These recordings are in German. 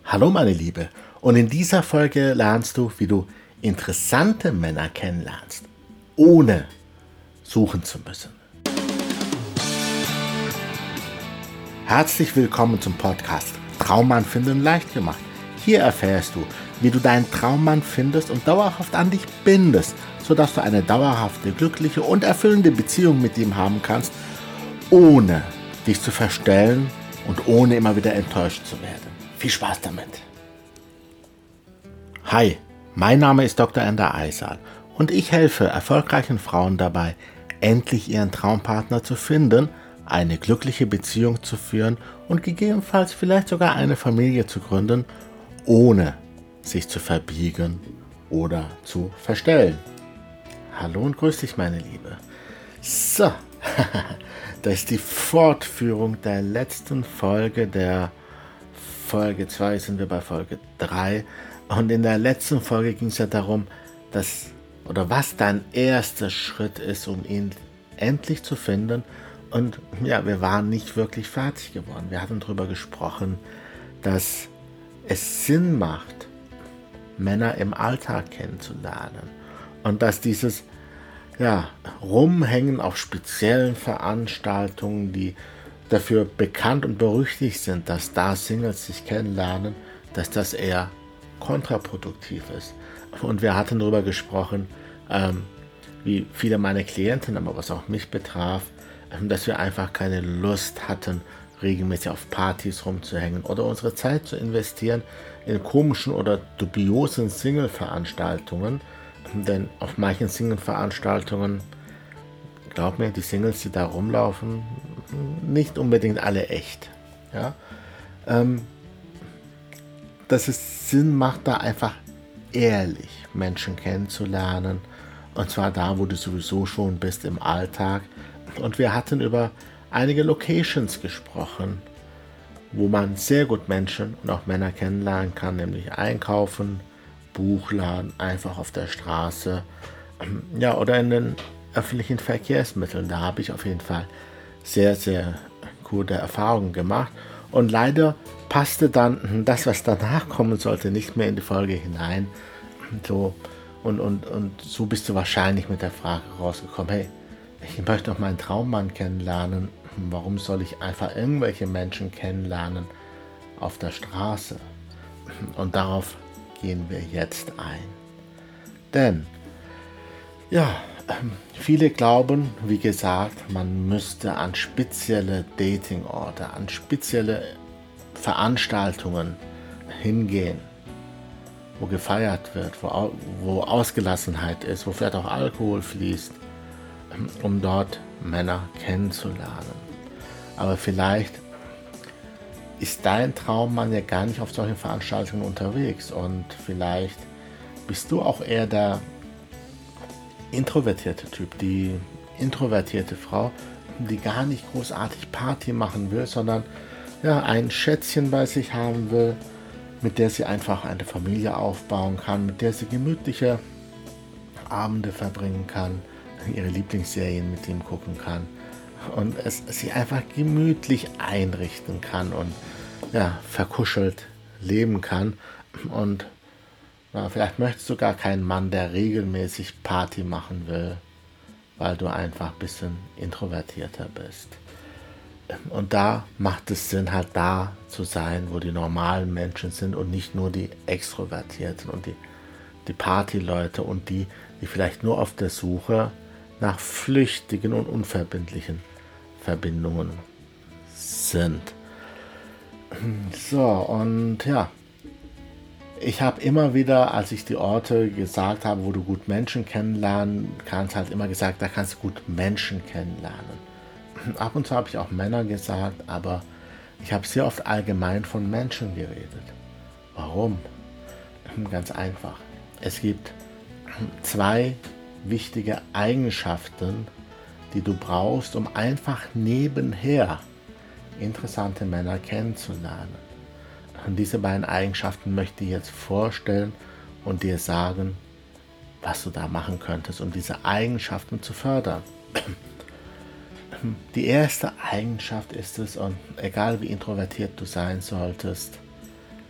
Hallo meine Liebe, und in dieser Folge lernst du, wie du interessante Männer kennenlernst, ohne suchen zu müssen. Herzlich willkommen zum Podcast Traummann finden leicht gemacht. Hier erfährst du, wie du deinen Traummann findest und dauerhaft an dich bindest, sodass du eine dauerhafte, glückliche und erfüllende Beziehung mit ihm haben kannst, ohne dich zu verstellen und ohne immer wieder enttäuscht zu werden. Viel Spaß damit! Hi, mein Name ist Dr. Ender Eisal und ich helfe erfolgreichen Frauen dabei, endlich ihren Traumpartner zu finden, eine glückliche Beziehung zu führen und gegebenenfalls vielleicht sogar eine Familie zu gründen, ohne sich zu verbiegen oder zu verstellen. Hallo und grüß dich, meine Liebe. So, das ist die Fortführung der letzten Folge der Folge 2, sind wir bei Folge 3. Und in der letzten Folge ging es ja darum, was dein erster Schritt ist, um ihn endlich zu finden. Und ja, wir waren nicht wirklich fertig geworden. Wir hatten darüber gesprochen, dass es Sinn macht, Männer im Alltag kennenzulernen. Und dass dieses Rumhängen auf speziellen Veranstaltungen, die dafür bekannt und berüchtigt sind, dass da Singles sich kennenlernen, dass das eher kontraproduktiv ist. Und wir hatten darüber gesprochen, wie viele meiner Klienten, aber was auch mich betraf, dass wir einfach keine Lust hatten, regelmäßig auf Partys rumzuhängen oder unsere Zeit zu investieren in komischen oder dubiosen Single-Veranstaltungen. Denn auf manchen Single-Veranstaltungen, glaub mir, die Singles, die da rumlaufen, nicht unbedingt alle echt. Ja? Dass es Sinn macht, da einfach ehrlich Menschen kennenzulernen. Und zwar da, wo du sowieso schon bist im Alltag. Und wir hatten über einige Locations gesprochen, wo man sehr gut Menschen und auch Männer kennenlernen kann, nämlich einkaufen, Buchladen, einfach auf der Straße, oder in den öffentlichen Verkehrsmitteln. Da habe ich auf jeden Fall sehr, sehr gute Erfahrungen gemacht. Und leider passte dann das, was danach kommen sollte, nicht mehr in die Folge hinein. Und so bist du wahrscheinlich mit der Frage rausgekommen, hey, ich möchte doch meinen Traummann kennenlernen. Warum soll ich einfach irgendwelche Menschen kennenlernen auf der Straße? Und darauf gehen wir jetzt ein. Denn, viele glauben, wie gesagt, man müsste an spezielle Datingorte, an spezielle Veranstaltungen hingehen, wo gefeiert wird, wo Ausgelassenheit ist, wo vielleicht auch Alkohol fließt, um dort Männer kennenzulernen. Aber vielleicht ist dein Traummann ja gar nicht auf solchen Veranstaltungen unterwegs und vielleicht bist du auch eher der introvertierte Typ, die introvertierte Frau, die gar nicht großartig Party machen will, sondern ein Schätzchen bei sich haben will, mit der sie einfach eine Familie aufbauen kann, mit der sie gemütliche Abende verbringen kann, ihre Lieblingsserien mit ihm gucken kann und es sie einfach gemütlich einrichten kann und verkuschelt leben kann. Und vielleicht möchtest du gar keinen Mann, der regelmäßig Party machen will, weil du einfach ein bisschen introvertierter bist. Und da macht es Sinn, halt da zu sein, wo die normalen Menschen sind und nicht nur die Extrovertierten und die Partyleute und die vielleicht nur auf der Suche nach flüchtigen und unverbindlichen Verbindungen sind. So, und ich habe immer wieder, als ich die Orte gesagt habe, wo du gut Menschen kennenlernen kannst, halt immer gesagt, da kannst du gut Menschen kennenlernen. Ab und zu habe ich auch Männer gesagt, aber ich habe sehr oft allgemein von Menschen geredet. Warum? Ganz einfach. Es gibt 2 wichtige Eigenschaften, die du brauchst, um einfach nebenher interessante Männer kennenzulernen. Und diese beiden Eigenschaften möchte ich jetzt vorstellen und dir sagen, was du da machen könntest, um diese Eigenschaften zu fördern. Die erste Eigenschaft ist es, und egal wie introvertiert du sein solltest,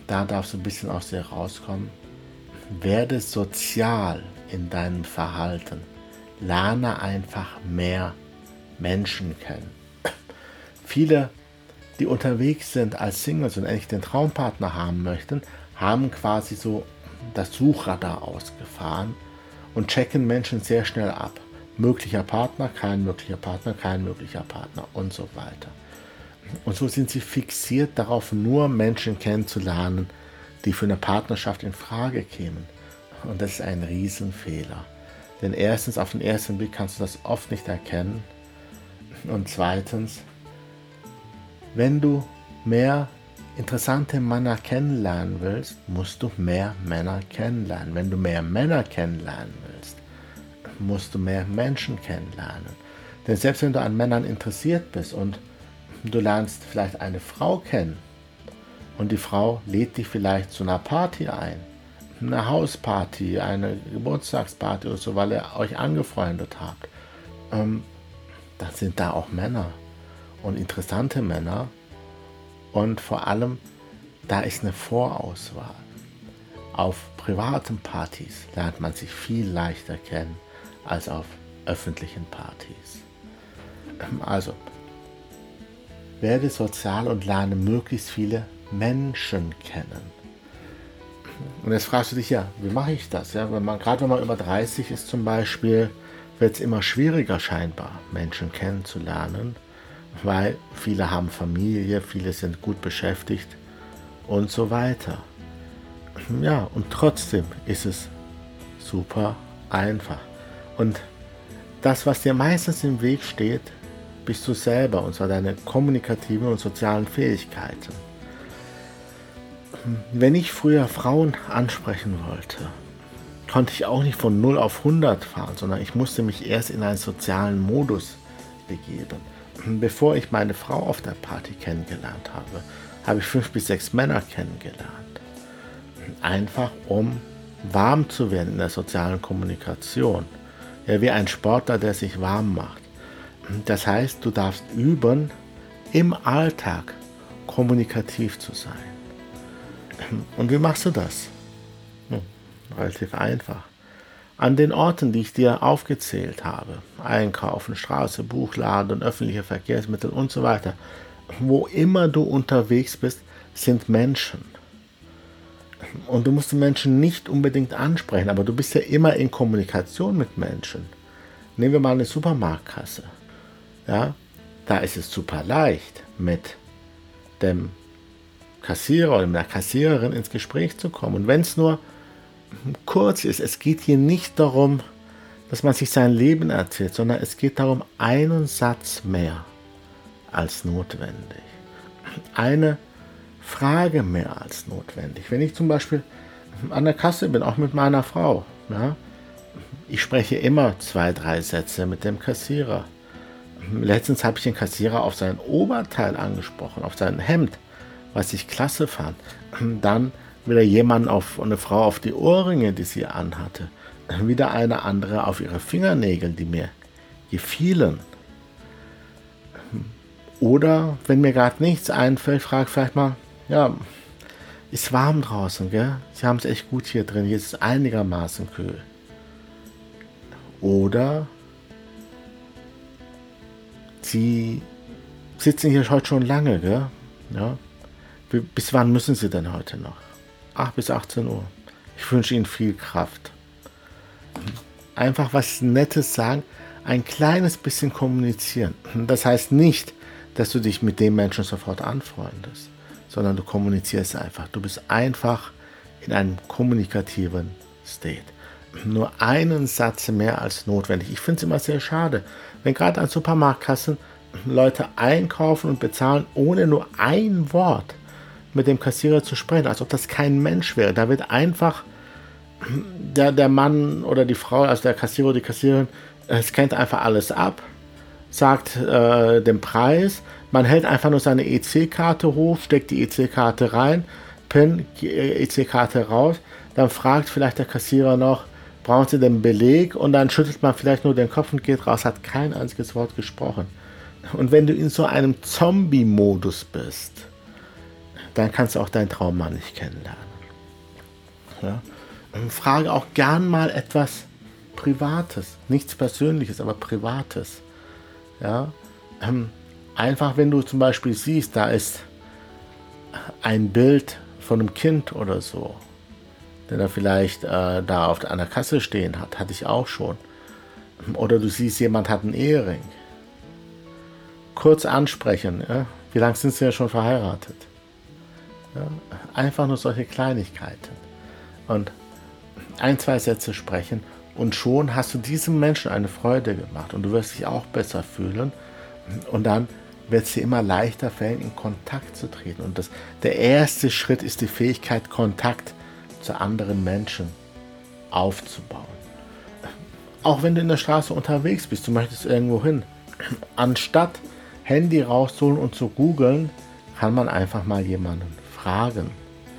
da darfst du ein bisschen aus dir rauskommen. Werde sozial in deinem Verhalten. Lerne einfach mehr Menschen kennen. Viele, die unterwegs sind als Singles und endlich den Traumpartner haben möchten, haben quasi so das Suchradar ausgefahren und checken Menschen sehr schnell ab. Möglicher Partner, kein möglicher Partner, kein möglicher Partner und so weiter. Und so sind sie fixiert darauf, nur Menschen kennenzulernen, die für eine Partnerschaft in Frage kämen. Und das ist ein Riesenfehler. Denn erstens, auf den ersten Blick kannst du das oft nicht erkennen. Und zweitens, wenn du mehr interessante Männer kennenlernen willst, musst du mehr Männer kennenlernen. Wenn du mehr Männer kennenlernen willst, musst du mehr Menschen kennenlernen. Denn selbst wenn du an Männern interessiert bist und du lernst vielleicht eine Frau kennen und die Frau lädt dich vielleicht zu einer Party ein, eine Hausparty, eine Geburtstagsparty oder so, weil ihr euch angefreundet habt, dann sind da auch Männer und interessante Männer und vor allem, da ist eine Vorauswahl. Auf privaten Partys lernt man sich viel leichter kennen als auf öffentlichen Partys. Also, werde sozial und lerne möglichst viele Menschen kennen. Und jetzt fragst du dich, ja, wie mache ich das? Ja, gerade wenn man über 30 ist zum Beispiel, wird es immer schwieriger scheinbar, Menschen kennenzulernen, weil viele haben Familie, viele sind gut beschäftigt und so weiter. Ja, und trotzdem ist es super einfach. Und das, was dir meistens im Weg steht, bist du selber, und zwar deine kommunikativen und sozialen Fähigkeiten. Wenn ich früher Frauen ansprechen wollte, konnte ich auch nicht von 0 auf 100 fahren, sondern ich musste mich erst in einen sozialen Modus begeben. Bevor ich meine Frau auf der Party kennengelernt habe, habe ich 5 bis 6 Männer kennengelernt. Einfach um warm zu werden in der sozialen Kommunikation. Ja, wie ein Sportler, der sich warm macht. Das heißt, du darfst üben, im Alltag kommunikativ zu sein. Und wie machst du das? Relativ einfach. An den Orten, die ich dir aufgezählt habe, Einkaufen, Straße, Buchladen, öffentliche Verkehrsmittel und so weiter, wo immer du unterwegs bist, sind Menschen. Und du musst die Menschen nicht unbedingt ansprechen, aber du bist ja immer in Kommunikation mit Menschen. Nehmen wir mal eine Supermarktkasse. Ja, da ist es super leicht, mit dem Kassierer oder mit der Kassiererin ins Gespräch zu kommen. Und wenn es nur kurz ist, es geht hier nicht darum, dass man sich sein Leben erzählt, sondern es geht darum, einen Satz mehr als notwendig. Eine Frage mehr als notwendig. Wenn ich zum Beispiel an der Kasse bin, auch mit meiner Frau, ja, ich spreche immer 2, 3 Sätze mit dem Kassierer. Letztens habe ich den Kassierer auf sein Oberteil angesprochen, auf sein Hemd, was ich klasse fand. Dann wieder eine Frau auf die Ohrringe, die sie anhatte. Wieder eine andere auf ihre Fingernägel, die mir gefielen. Oder, wenn mir gerade nichts einfällt, frage ich vielleicht mal, ja, ist warm draußen, gell? Sie haben es echt gut hier drin, hier ist es einigermaßen kühl. Oder Sie sitzen hier heute schon lange, gell? Ja. Bis wann müssen Sie denn heute noch? 8 bis 18 Uhr. Ich wünsche Ihnen viel Kraft. Einfach was Nettes sagen, ein kleines bisschen kommunizieren. Das heißt nicht, dass du dich mit dem Menschen sofort anfreundest, sondern du kommunizierst einfach. Du bist einfach in einem kommunikativen State. Nur einen Satz mehr als notwendig. Ich finde es immer sehr schade, wenn gerade an Supermarktkassen Leute einkaufen und bezahlen, ohne nur ein Wort mit dem Kassierer zu sprechen, als ob das kein Mensch wäre. Da wird einfach der Mann oder die Frau, also der Kassierer oder die Kassiererin, scannt einfach alles ab, sagt den Preis, man hält einfach nur seine EC-Karte hoch, steckt die EC-Karte rein, PIN, EC-Karte raus, dann fragt vielleicht der Kassierer noch, brauchen Sie den Beleg? Und dann schüttelt man vielleicht nur den Kopf und geht raus, hat kein einziges Wort gesprochen. Und wenn du in so einem Zombie-Modus bist, dann kannst du auch deinen Traummann nicht kennenlernen. Ja? Frage auch gern mal etwas Privates, nichts Persönliches, aber Privates. Ja? Einfach, wenn du zum Beispiel siehst, da ist ein Bild von einem Kind oder so, der da vielleicht da auf einer Kasse stehen hat, hatte ich auch schon. Oder du siehst, jemand hat einen Ehering. Kurz ansprechen, ja? Wie lange sind sie ja schon verheiratet? Ja? Einfach nur solche Kleinigkeiten. Und 1, 2 Sätze sprechen und schon hast du diesem Menschen eine Freude gemacht und du wirst dich auch besser fühlen und dann wird es dir immer leichter fallen, in Kontakt zu treten. Und der erste Schritt ist die Fähigkeit, Kontakt zu anderen Menschen aufzubauen. Auch wenn du in der Straße unterwegs bist, du möchtest irgendwo hin, anstatt Handy rauszuholen und zu googeln, kann man einfach mal jemanden fragen.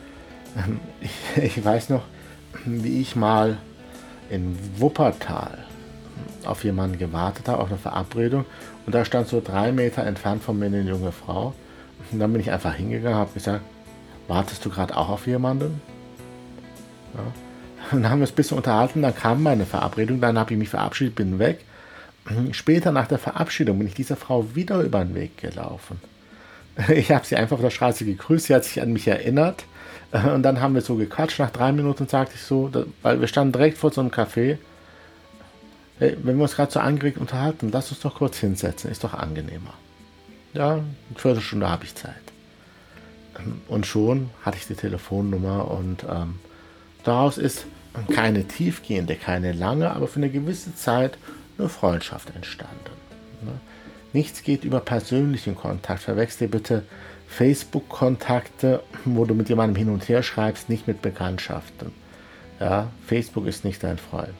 Ich weiß noch, wie ich mal in Wuppertal auf jemanden gewartet habe, auf eine Verabredung. Und da stand so 3 Meter entfernt von mir eine junge Frau. Und dann bin ich einfach hingegangen und habe gesagt, wartest du gerade auch auf jemanden? Ja. Und dann haben wir uns ein bisschen unterhalten, dann kam meine Verabredung, dann habe ich mich verabschiedet, bin weg. Später nach der Verabschiedung bin ich dieser Frau wieder über den Weg gelaufen. Ich habe sie einfach auf der Straße gegrüßt, sie hat sich an mich erinnert. Und dann haben wir so gequatscht. Nach 3 Minuten sagte ich so, weil wir standen direkt vor so einem Café, hey, wenn wir uns gerade so angeregt unterhalten, lass uns doch kurz hinsetzen, ist doch angenehmer. Ja, eine Viertelstunde habe ich Zeit. Und schon hatte ich die Telefonnummer und daraus ist keine tiefgehende, keine lange, aber für eine gewisse Zeit eine Freundschaft entstanden. Nichts geht über persönlichen Kontakt. Verwechsel bitte Facebook-Kontakte, wo du mit jemandem hin und her schreibst, nicht mit Bekanntschaften. Ja, Facebook ist nicht dein Freund.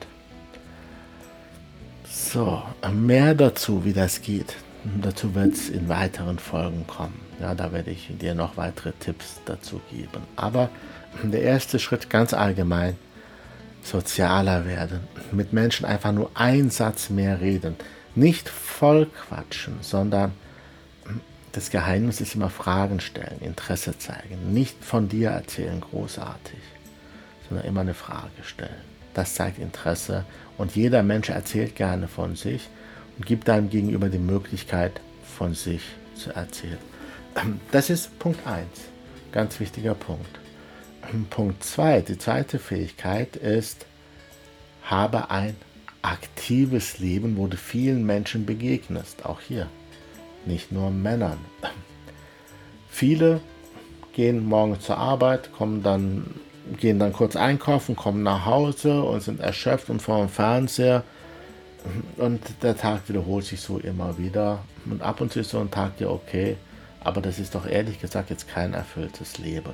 So, mehr dazu, wie das geht. Dazu wird es in weiteren Folgen kommen. Ja, da werde ich dir noch weitere Tipps dazu geben. Aber der erste Schritt ganz allgemein, sozialer werden. Mit Menschen einfach nur einen Satz mehr reden. Nicht voll quatschen, sondern das Geheimnis ist immer Fragen stellen, Interesse zeigen. Nicht von dir erzählen, großartig, sondern immer eine Frage stellen. Das zeigt Interesse und jeder Mensch erzählt gerne von sich und gibt deinem Gegenüber die Möglichkeit, von sich zu erzählen. Das ist Punkt 1, ganz wichtiger Punkt. Punkt 2, die zweite Fähigkeit ist, habe ein aktives Leben, wo du vielen Menschen begegnest, auch hier. Nicht nur Männern. Viele gehen morgens zur Arbeit, gehen dann kurz einkaufen, kommen nach Hause und sind erschöpft und vor dem Fernseher. Und der Tag wiederholt sich so immer wieder. Und ab und zu ist so ein Tag ja okay, aber das ist doch ehrlich gesagt jetzt kein erfülltes Leben.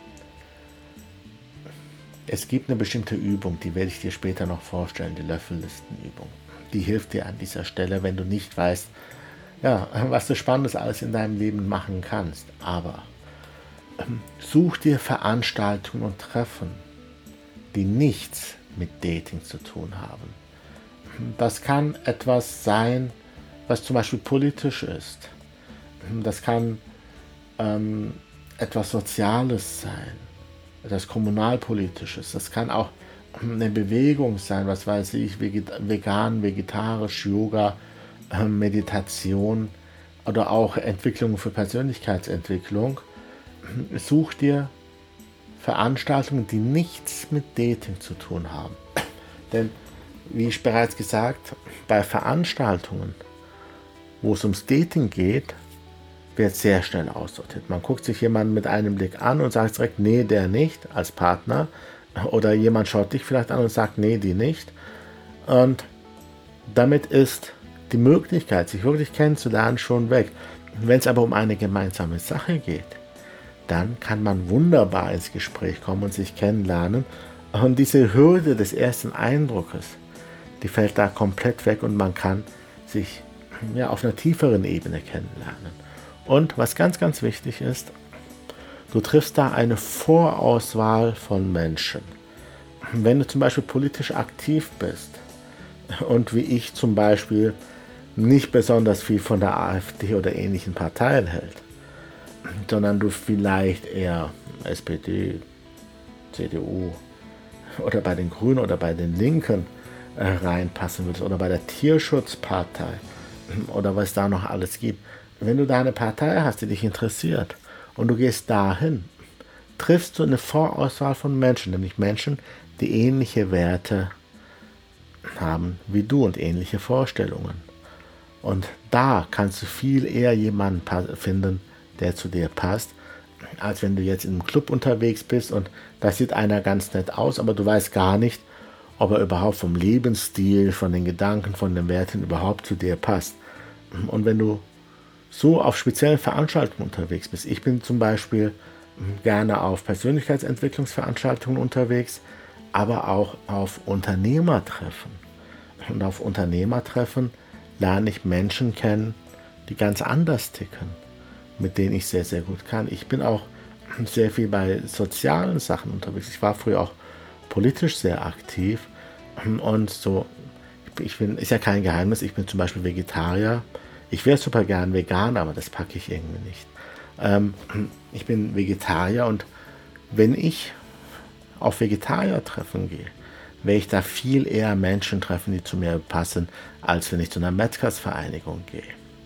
Es gibt eine bestimmte Übung, die werde ich dir später noch vorstellen, die Löffellistenübung. Die hilft dir an dieser Stelle, wenn du nicht weißt, ja, was du Spannendes alles in deinem Leben machen kannst. Aber such dir Veranstaltungen und Treffen, die nichts mit Dating zu tun haben. Das kann etwas sein, was zum Beispiel politisch ist. Das kann etwas Soziales sein, etwas Kommunalpolitisches. Das kann auch eine Bewegung sein, was weiß ich, vegan, vegetarisch, Yoga, Meditation oder auch Entwicklung für Persönlichkeitsentwicklung. Such dir Veranstaltungen, die nichts mit Dating zu tun haben. Denn, wie ich bereits gesagt, bei Veranstaltungen, wo es ums Dating geht, wird sehr schnell aussortiert. Man guckt sich jemanden mit einem Blick an und sagt direkt, nee, der nicht, als Partner. Oder jemand schaut dich vielleicht an und sagt, nee, die nicht. Und damit ist die Möglichkeit, sich wirklich kennenzulernen, schon weg. Wenn es aber um eine gemeinsame Sache geht, dann kann man wunderbar ins Gespräch kommen und sich kennenlernen. Und diese Hürde des ersten Eindruckes, die fällt da komplett weg und man kann sich auf einer tieferen Ebene kennenlernen. Und was ganz, ganz wichtig ist, du triffst da eine Vorauswahl von Menschen. Wenn du zum Beispiel politisch aktiv bist und wie ich zum Beispiel nicht besonders viel von der AfD oder ähnlichen Parteien hält, sondern du vielleicht eher SPD, CDU oder bei den Grünen oder bei den Linken reinpassen willst oder bei der Tierschutzpartei oder was da noch alles gibt. Wenn du da eine Partei hast, die dich interessiert und du gehst dahin, triffst du eine Vorauswahl von Menschen, nämlich Menschen, die ähnliche Werte haben wie du und ähnliche Vorstellungen. Und da kannst du viel eher jemanden finden, der zu dir passt, als wenn du jetzt in einem Club unterwegs bist und da sieht einer ganz nett aus, aber du weißt gar nicht, ob er überhaupt vom Lebensstil, von den Gedanken, von den Werten überhaupt zu dir passt. Und wenn du so auf speziellen Veranstaltungen unterwegs bist, ich bin zum Beispiel gerne auf Persönlichkeitsentwicklungsveranstaltungen unterwegs, aber auch auf Unternehmertreffen. Und auf Unternehmertreffen lerne ich Menschen kennen, die ganz anders ticken, mit denen ich sehr, sehr gut kann. Ich bin auch sehr viel bei sozialen Sachen unterwegs. Ich war früher auch politisch sehr aktiv und so, ist ja kein Geheimnis, ich bin zum Beispiel Vegetarier. Ich wäre super gern vegan, aber das packe ich irgendwie nicht. Ich bin Vegetarier und wenn ich auf Vegetarier-Treffen gehe, werde ich da viel eher Menschen treffen, die zu mir passen, als wenn ich zu einer Metzgersvereinigung gehe.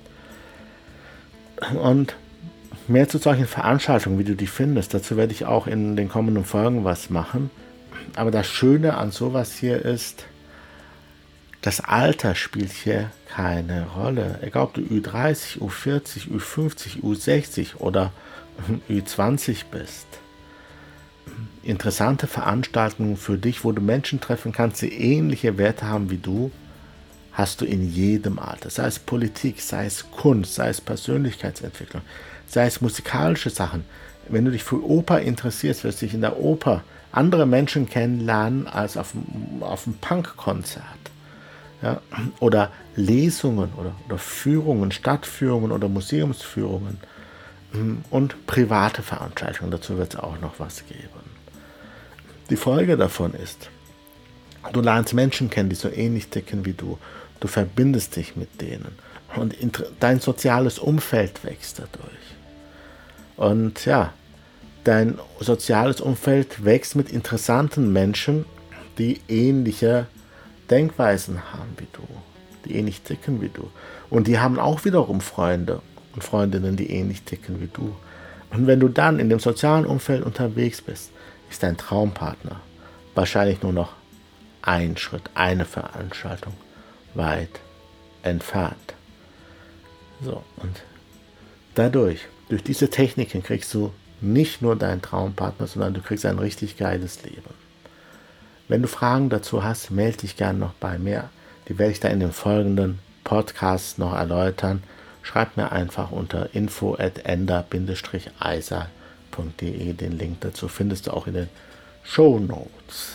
Und mehr zu solchen Veranstaltungen, wie du die findest, dazu werde ich auch in den kommenden Folgen was machen. Aber das Schöne an sowas hier ist, das Alter spielt hier keine Rolle. Egal ob du Ü30, Ü40, Ü50, Ü60 oder Ü20 bist. Interessante Veranstaltungen für dich, wo du Menschen treffen kannst, die ähnliche Werte haben wie du, hast du in jedem Alter. Sei es Politik, sei es Kunst, sei es Persönlichkeitsentwicklung, sei es musikalische Sachen. Wenn du dich für Oper interessierst, wirst du dich in der Oper andere Menschen kennenlernen als auf einem Punkkonzert. Ja? Oder Lesungen oder Führungen, Stadtführungen oder Museumsführungen und private Veranstaltungen. Dazu wird es auch noch was geben. Die Folge davon ist, du lernst Menschen kennen, die so ähnlich ticken wie du. Du verbindest dich mit denen und dein soziales Umfeld wächst dadurch. Und ja, dein soziales Umfeld wächst mit interessanten Menschen, die ähnliche Denkweisen haben wie du, die ähnlich ticken wie du. Und die haben auch wiederum Freunde und Freundinnen, die ähnlich ticken wie du. Und wenn du dann in dem sozialen Umfeld unterwegs bist, ist dein Traumpartner wahrscheinlich nur noch ein Schritt, eine Veranstaltung weit entfernt. So, und durch diese Techniken kriegst du nicht nur deinen Traumpartner, sondern du kriegst ein richtig geiles Leben. Wenn du Fragen dazu hast, melde dich gerne noch bei mir. Die werde ich da in den folgenden Podcasts noch erläutern. Schreib mir einfach unter info@ender-eisal.de. Den Link dazu findest du auch in den Shownotes.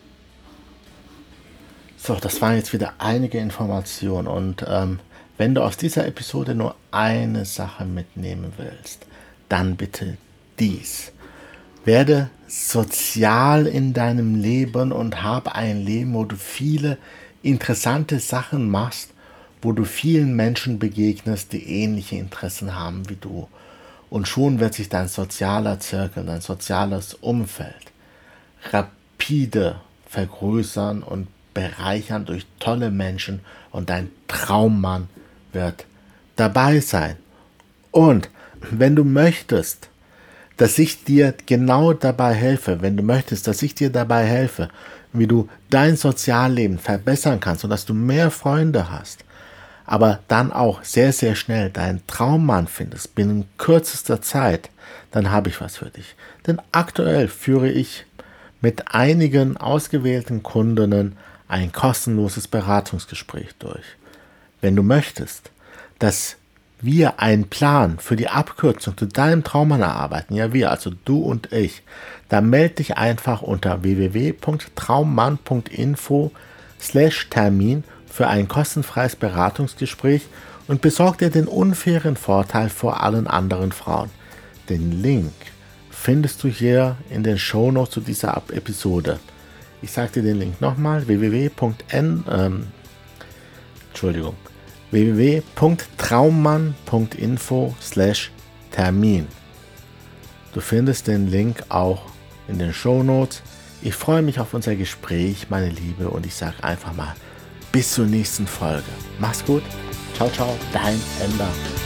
So, das waren jetzt wieder einige Informationen und wenn du aus dieser Episode nur eine Sache mitnehmen willst, dann bitte dies. Werde sozial in deinem Leben und habe ein Leben, wo du viele interessante Sachen machst, wo du vielen Menschen begegnest, die ähnliche Interessen haben wie du. Und schon wird sich dein sozialer Zirkel, dein soziales Umfeld rapide vergrößern und bereichern durch tolle Menschen und dein Traummann wird dabei sein. Und wenn du möchtest, dass ich dir genau dabei helfe, wenn du möchtest, dass ich dir dabei helfe, wie du dein Sozialleben verbessern kannst und dass du mehr Freunde hast, aber dann auch sehr, sehr schnell deinen Traummann findest, binnen kürzester Zeit, dann habe ich was für dich. Denn aktuell führe ich mit einigen ausgewählten Kundinnen ein kostenloses Beratungsgespräch durch. Wenn du möchtest, dass wir einen Plan für die Abkürzung zu deinem Traummann erarbeiten, ja wir, also du und ich, dann melde dich einfach unter www.traummann.info/Termin für ein kostenfreies Beratungsgespräch und besorg dir den unfairen Vorteil vor allen anderen Frauen. Den Link findest du hier in den Shownotes zu dieser Episode. Ich sage dir den Link nochmal, www.traummann.info/Termin. Du findest den Link auch in den Shownotes. Ich freue mich auf unser Gespräch, meine Liebe, und ich sage einfach mal bis zur nächsten Folge. Mach's gut. Ciao, ciao, dein Ender.